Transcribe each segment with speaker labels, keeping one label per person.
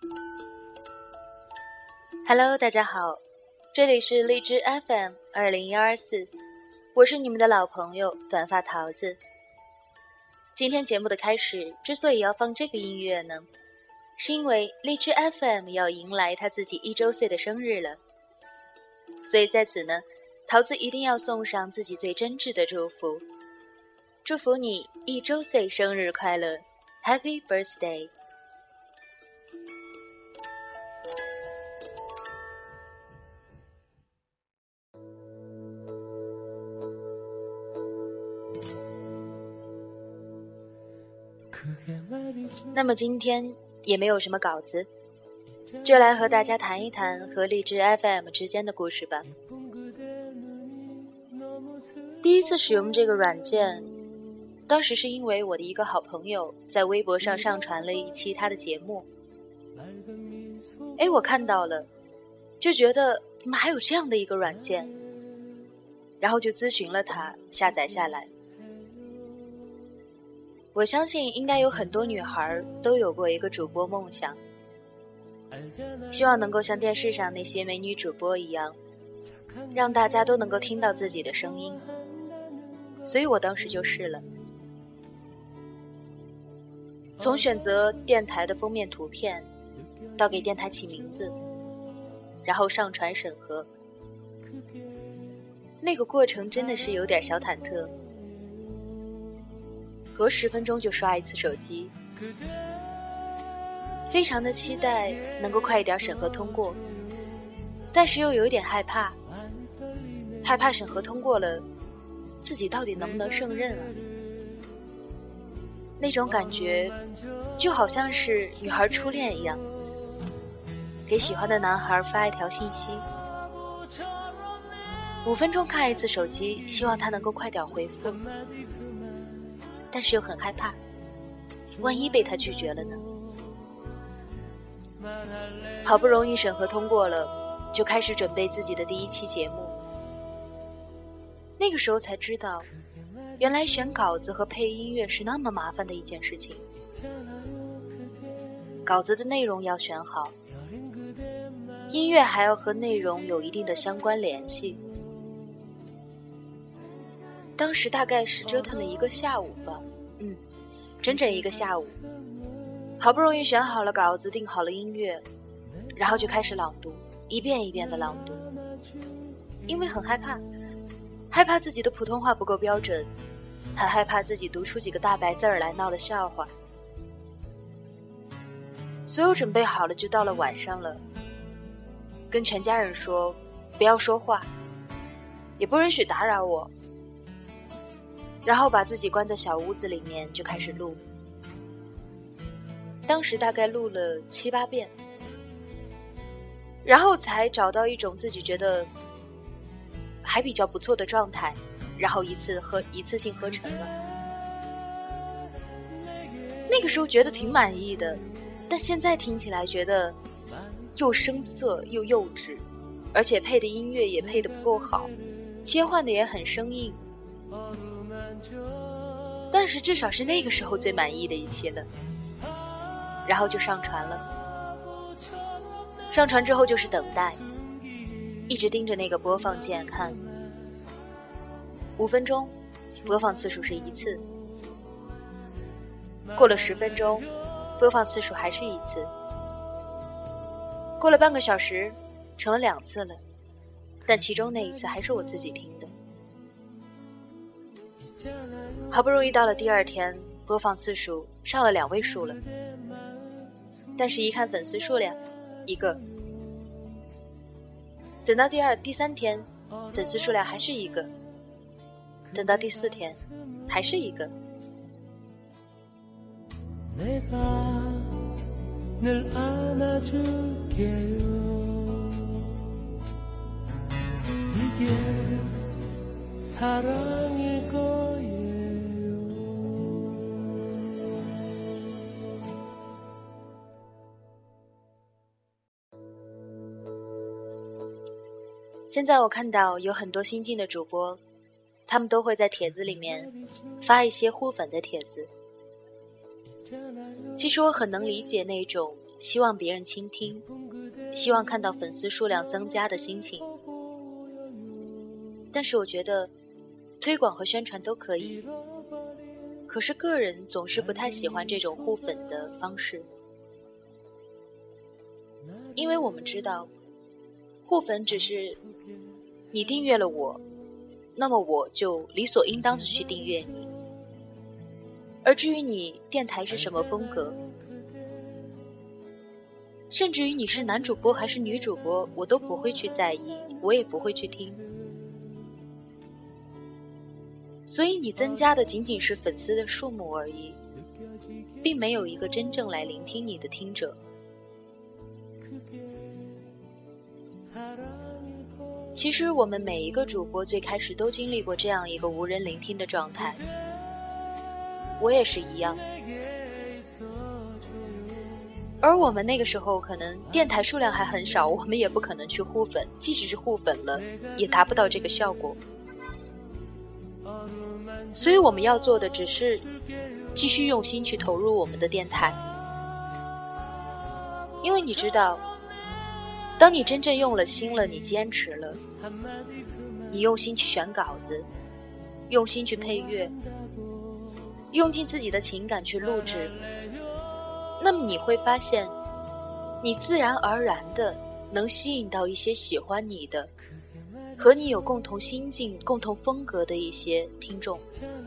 Speaker 1: Hello， 大家好，这里是荔枝 FM 20124，我是你们的老朋友短发桃子。今天节目的开始之所以要放这个音乐呢，是因为荔枝 FM 要迎来他自己1周岁的生日了，所以在此呢，桃子一定要送上自己最真挚的祝福，祝福你1周岁生日快乐 Happy Birthday。那么今天也没有什么稿子，就来和大家谈一谈和荔枝 FM 之间的故事吧。第一次使用这个软件，当时是因为我的一个好朋友在微博上上传了一期他的节目，我看到了，就觉得怎么还有这样的一个软件，然后就咨询了他，下载下来。我相信应该有很多女孩都有过一个主播梦想，希望能够像电视上那些美女主播一样，让大家都能够听到自己的声音，所以我当时就试了。从选择电台的封面图片，到给电台起名字，然后上传审核，那个过程真的是有点小忐忑，隔10分钟就刷一次手机，非常的期待能够快一点审核通过，但是又有一点害怕审核通过了，自己到底能不能胜任啊？那种感觉就好像是女孩初恋一样，给喜欢的男孩发一条信息，5分钟看一次手机，希望他能够快点回复，但是又很害怕，万一被他拒绝了呢？好不容易审核通过了，就开始准备自己的第1期节目。那个时候才知道，原来选稿子和配音乐是那么麻烦的一件事情。稿子的内容要选好，音乐还要和内容有一定的相关联系。当时大概是折腾了1个下午吧，整整1个下午，好不容易选好了稿子，定好了音乐，然后就开始朗读，一遍一遍的朗读，因为很害怕自己的普通话不够标准，还害怕自己读出几个大白字儿来闹了笑话。所有准备好了，就到了晚上了，跟全家人说不要说话，也不允许打扰我，然后把自己关在小屋子里面就开始录。当时大概录了7、8遍，然后才找到一种自己觉得还比较不错的状态，然后一次性合成了。那个时候觉得挺满意的，但现在听起来觉得又生涩又幼稚，而且配的音乐也配得不够好，切换的也很生硬。但是至少是那个时候最满意的一期了，然后就上传了。上传之后就是等待，一直盯着那个播放键看，5分钟播放次数是1次，过了10分钟播放次数还是1次，过了半个小时成了2次了，但其中那1次还是我自己听的。好不容易到了第2天，播放次数上了2位数了，但是一看粉丝数量1个，等到第3天粉丝数量还是1个，等到第4天还是1个。现在我看到有很多新进的主播，他们都会在帖子里面发一些互粉的帖子。其实我很能理解那种希望别人倾听，希望看到粉丝数量增加的心情。但是我觉得推广和宣传都可以，可是个人总是不太喜欢这种互粉的方式。因为我们知道互粉只是你订阅了我，那么我就理所应当的去订阅你，而至于你电台是什么风格，甚至于你是男主播还是女主播，我都不会去在意，我也不会去听。所以你增加的仅仅是粉丝的数目而已，并没有一个真正来聆听你的听者。其实我们每一个主播最开始都经历过这样一个无人聆听的状态，我也是一样。而我们那个时候可能电台数量还很少，我们也不可能去互粉，即使是互粉了也达不到这个效果。所以我们要做的只是继续用心去投入我们的电台。因为你知道，当你真正用了心了，你坚持了，你用心去选稿子，用心去配乐，用尽自己的情感去录制，那么你会发现，你自然而然的能吸引到一些喜欢你的和你有共同心境共同风格的一些听众。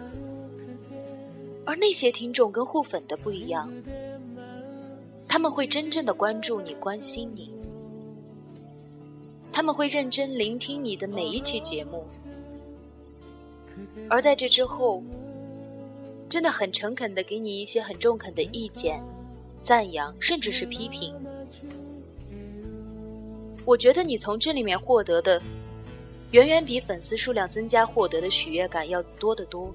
Speaker 1: 而那些听众跟互粉的不一样，他们会真正的关注你，关心你，他们会认真聆听你的每一期节目，而在这之后真的很诚恳的给你一些很中肯的意见、赞扬，甚至是批评。我觉得你从这里面获得的远远比粉丝数量增加获得的喜悦感要多得多。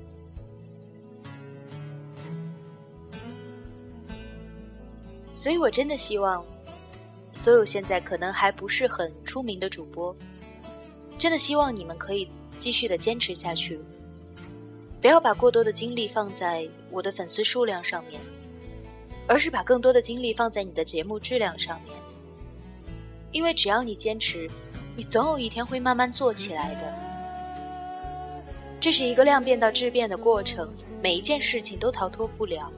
Speaker 1: 所以我真的希望所有现在可能还不是很出名的主播，真的希望你们可以继续的坚持下去，不要把过多的精力放在我的粉丝数量上面，而是把更多的精力放在你的节目质量上面。因为只要你坚持，你总有一天会慢慢做起来的。这是一个量变到质变的过程，每一件事情都逃脱不了。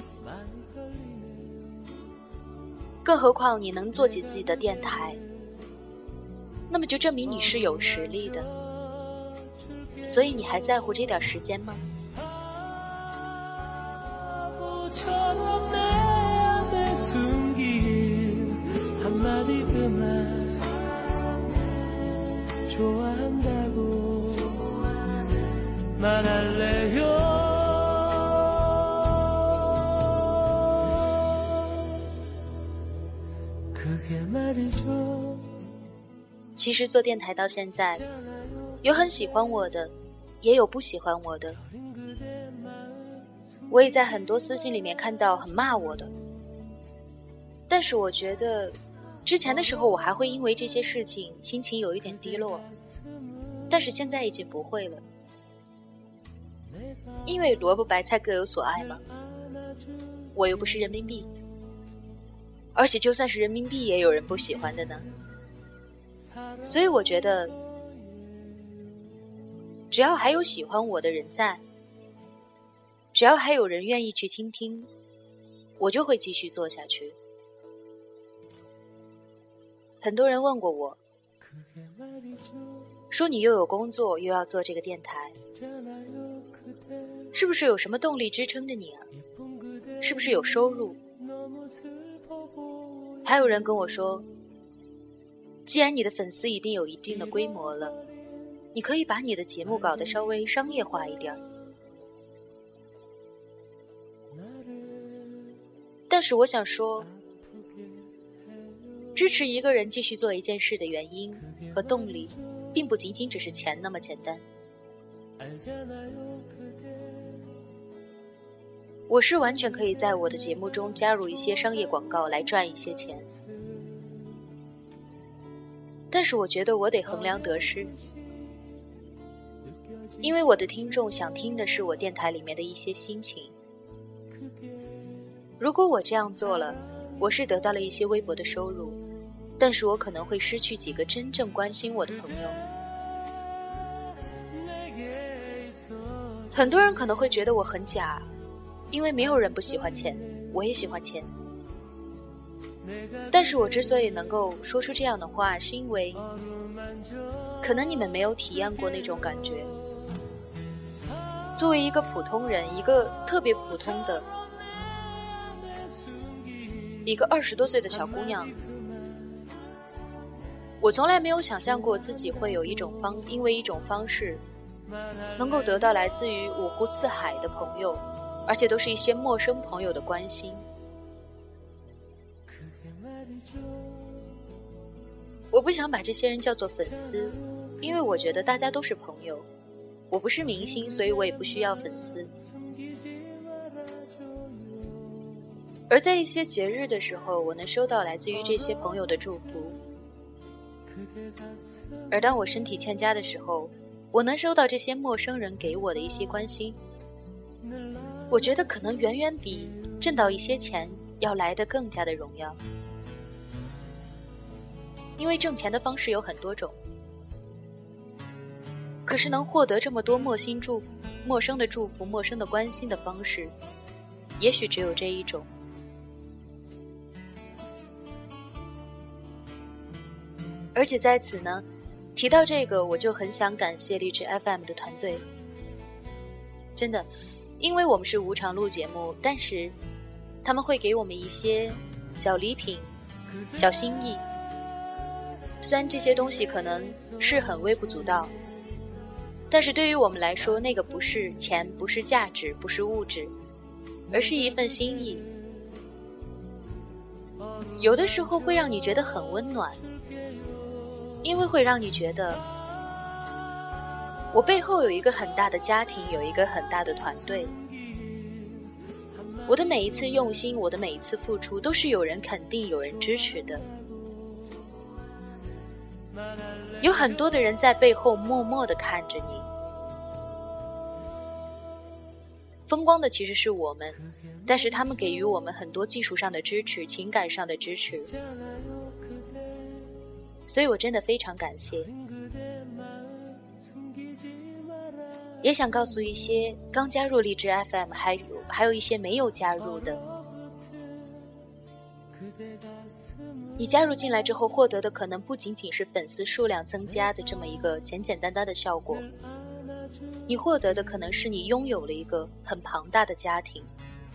Speaker 1: 更何况你能做起自己的电台，那么就证明你是有实力的。所以你还在乎这点时间吗？其实做电台到现在，有很喜欢我的，也有不喜欢我的。我也在很多私信里面看到很骂我的，但是我觉得之前的时候我还会因为这些事情心情有一点低落，但是现在已经不会了。因为萝卜白菜各有所爱嘛，我又不是人民币，而且就算是人民币也有人不喜欢的呢。所以我觉得只要还有喜欢我的人在，只要还有人愿意去倾听，我就会继续做下去。很多人问过我，说你又有工作又要做这个电台，是不是有什么动力支撑着你啊？是不是有收入？还有人跟我说，既然你的粉丝已经有一定的规模了，你可以把你的节目搞得稍微商业化一点。但是我想说，支持一个人继续做一件事的原因和动力，并不仅仅只是钱那么简单。我是完全可以在我的节目中加入一些商业广告来赚一些钱，但是我觉得我得衡量得失，因为我的听众想听的是我电台里面的一些心情。如果我这样做了， 我是得到了一些微薄的收入，但是我可能会失去几个真正关心我的朋友。很多人可能会觉得我很假，因为没有人不喜欢钱，我也喜欢钱。但是我之所以能够说出这样的话，是因为可能你们没有体验过那种感觉。作为一个普通人，一个特别普通的一个20多岁的小姑娘，我从来没有想象过自己会有因为一种方式能够得到来自于五湖四海的朋友，而且都是一些陌生朋友的关心。我不想把这些人叫做粉丝，因为我觉得大家都是朋友。我不是明星，所以我也不需要粉丝。而在一些节日的时候，我能收到来自于这些朋友的祝福。而当我身体欠佳的时候，我能收到这些陌生人给我的一些关心。我觉得可能远远比挣到一些钱要来得更加的荣耀。因为挣钱的方式有很多种，可是能获得这么多陌生的祝福、陌生的关心的方式，也许只有这一种。而且在此呢，提到这个，我就很想感谢荔枝 FM 的团队。真的，因为我们是无偿录节目，但是他们会给我们一些小礼品、小心意。虽然这些东西可能是很微不足道，但是对于我们来说，那个不是钱，不是价值，不是物质，而是一份心意。有的时候会让你觉得很温暖，因为会让你觉得我背后有一个很大的家庭，有一个很大的团队。我的每一次用心，我的每一次付出，都是有人肯定，有人支持的。有很多的人在背后默默地看着你。风光的其实是我们，但是他们给予我们很多技术上的支持，情感上的支持。所以我真的非常感谢。也想告诉一些刚加入荔枝 FM 还有一些没有加入的，你加入进来之后获得的可能不仅仅是粉丝数量增加的这么一个简简单单的效果，你获得的可能是你拥有了一个很庞大的家庭。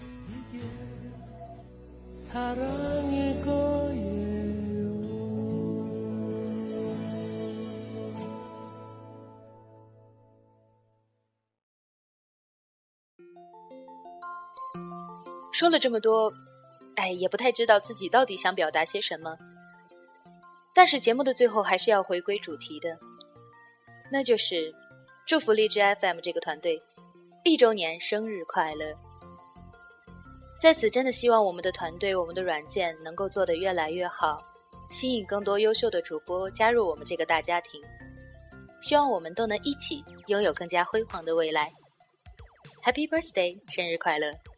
Speaker 1: 说了这么多，也不太知道自己到底想表达些什么，但是节目的最后还是要回归主题的，那就是祝福荔枝 FM 这个团队1周年生日快乐。在此真的希望我们的团队，我们的软件能够做得越来越好，吸引更多优秀的主播加入我们这个大家庭，希望我们都能一起拥有更加辉煌的未来。 Happy birthday， 生日快乐。